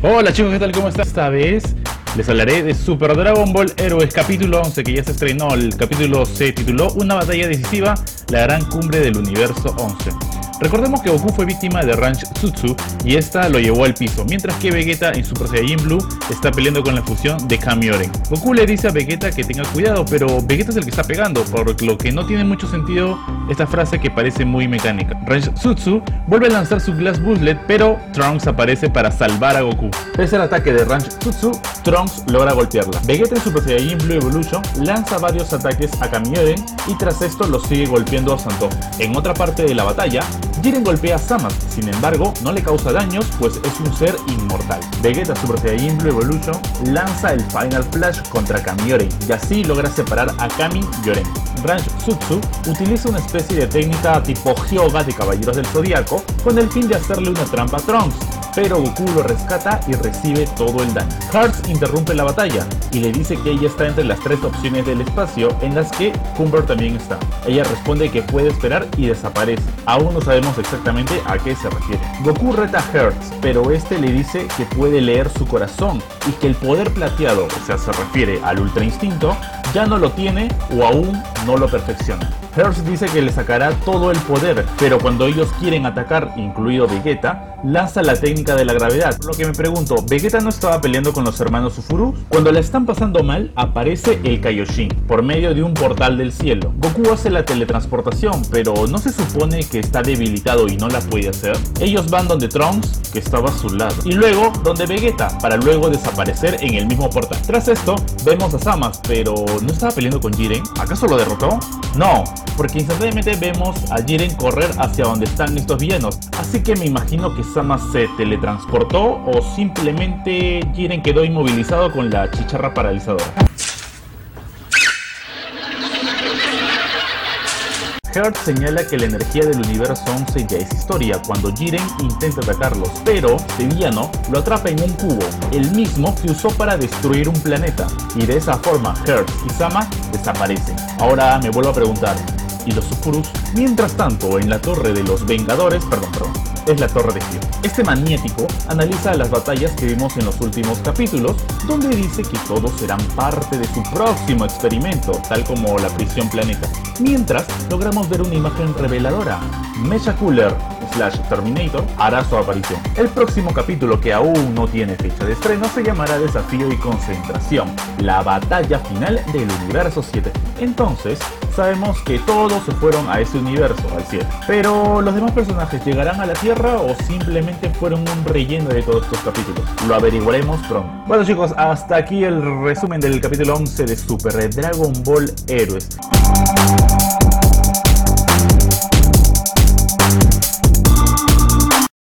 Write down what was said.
Hola chicos, ¿qué tal? ¿Cómo están? Esta vez les hablaré de Super Dragon Ball Heroes capítulo 11, que ya se estrenó. El capítulo se tituló Una batalla decisiva, la gran cumbre del universo 11. Recordemos que Goku fue víctima de Ranch-Jutsu y esta lo llevó al piso, mientras que Vegeta en Super Saiyajin Blue está peleando con la fusión de Kamioren. Goku le dice a Vegeta que tenga cuidado, pero Vegeta es el que está pegando, por lo que no tiene mucho sentido esta frase que parece muy mecánica. Ranch-Jutsu vuelve a lanzar su Glass Bullet, pero Trunks aparece para salvar a Goku. Pese al ataque de Ranch-Jutsu, Trunks logra golpearla. Vegeta en Super Saiyajin Blue Evolution lanza varios ataques a Kamioren y tras esto lo sigue golpeando a Santon. En otra parte de la batalla, Jiren golpea a Zamasu, sin embargo no le causa daños pues es un ser inmortal. Vegeta Super Saiyajin Blue Evolution lanza el Final Flash contra Kamioren y así logra separar a Kami y Oren. Ranch-Jutsu utiliza una especie de técnica tipo Hyuga de Caballeros del Zodiaco con el fin de hacerle una trampa a Trunks, pero Goku lo rescata y recibe todo el daño. Hearts interrumpe la batalla y le dice que ella está entre las tres opciones del espacio en las que Cumber también está. Ella responde que puede esperar y desaparece. Aún no sabemos exactamente a qué se refiere. Goku reta a Hearts, pero este le dice que puede leer su corazón y que el poder plateado, o sea, se refiere al Ultra Instinto, ya no lo tiene o aún no lo perfecciona. Hearts dice que le sacará todo el poder, pero cuando ellos quieren atacar, incluido Vegeta, lanza la técnica de la gravedad. Por lo que me pregunto, ¿Vegeta no estaba peleando con los hermanos Ufuru? Cuando la están pasando mal, aparece el Kaioshin, por medio de un portal del cielo. Goku hace la teletransportación, pero ¿no se supone que está debilitado y no la puede hacer? Ellos van donde Trunks, que estaba a su lado, y luego donde Vegeta, para luego desaparecer en el mismo portal. Tras esto, vemos a Zamasu, pero ¿no estaba peleando con Jiren? ¿Acaso lo derrotó? No, porque instantáneamente vemos a Jiren correr hacia donde están estos villanos, así que me imagino que Zamasu se teletransportó o simplemente Jiren quedó inmovilizado con la chicharra paralizadora. Hearts señala que la energía del universo 11 ya es historia cuando Jiren intenta atacarlos, pero este villano lo atrapa en un cubo, el mismo que usó para destruir un planeta, y de esa forma Hearts y Zamasu desaparecen. Ahora me vuelvo a preguntar, ¿y los Ufurus? Mientras tanto, en la torre de los Vengadores, es la torre de Hio. Este maniático analiza las batallas que vimos en los últimos capítulos, donde dice que todos serán parte de su próximo experimento, tal como la prisión planeta. Mientras, logramos ver una imagen reveladora. Mecha Cooler / Terminator hará su aparición. El próximo capítulo, que aún no tiene fecha de estreno, se llamará Desafío y Concentración, la batalla final del universo 7. Entonces, sabemos que todos se fueron a ese universo, al 7. Pero, ¿los demás personajes llegarán a la Tierra o simplemente fueron un relleno de todos estos capítulos? Lo averiguaremos pronto. Bueno chicos, hasta aquí el resumen del capítulo 11 de Super Dragon Ball Heroes.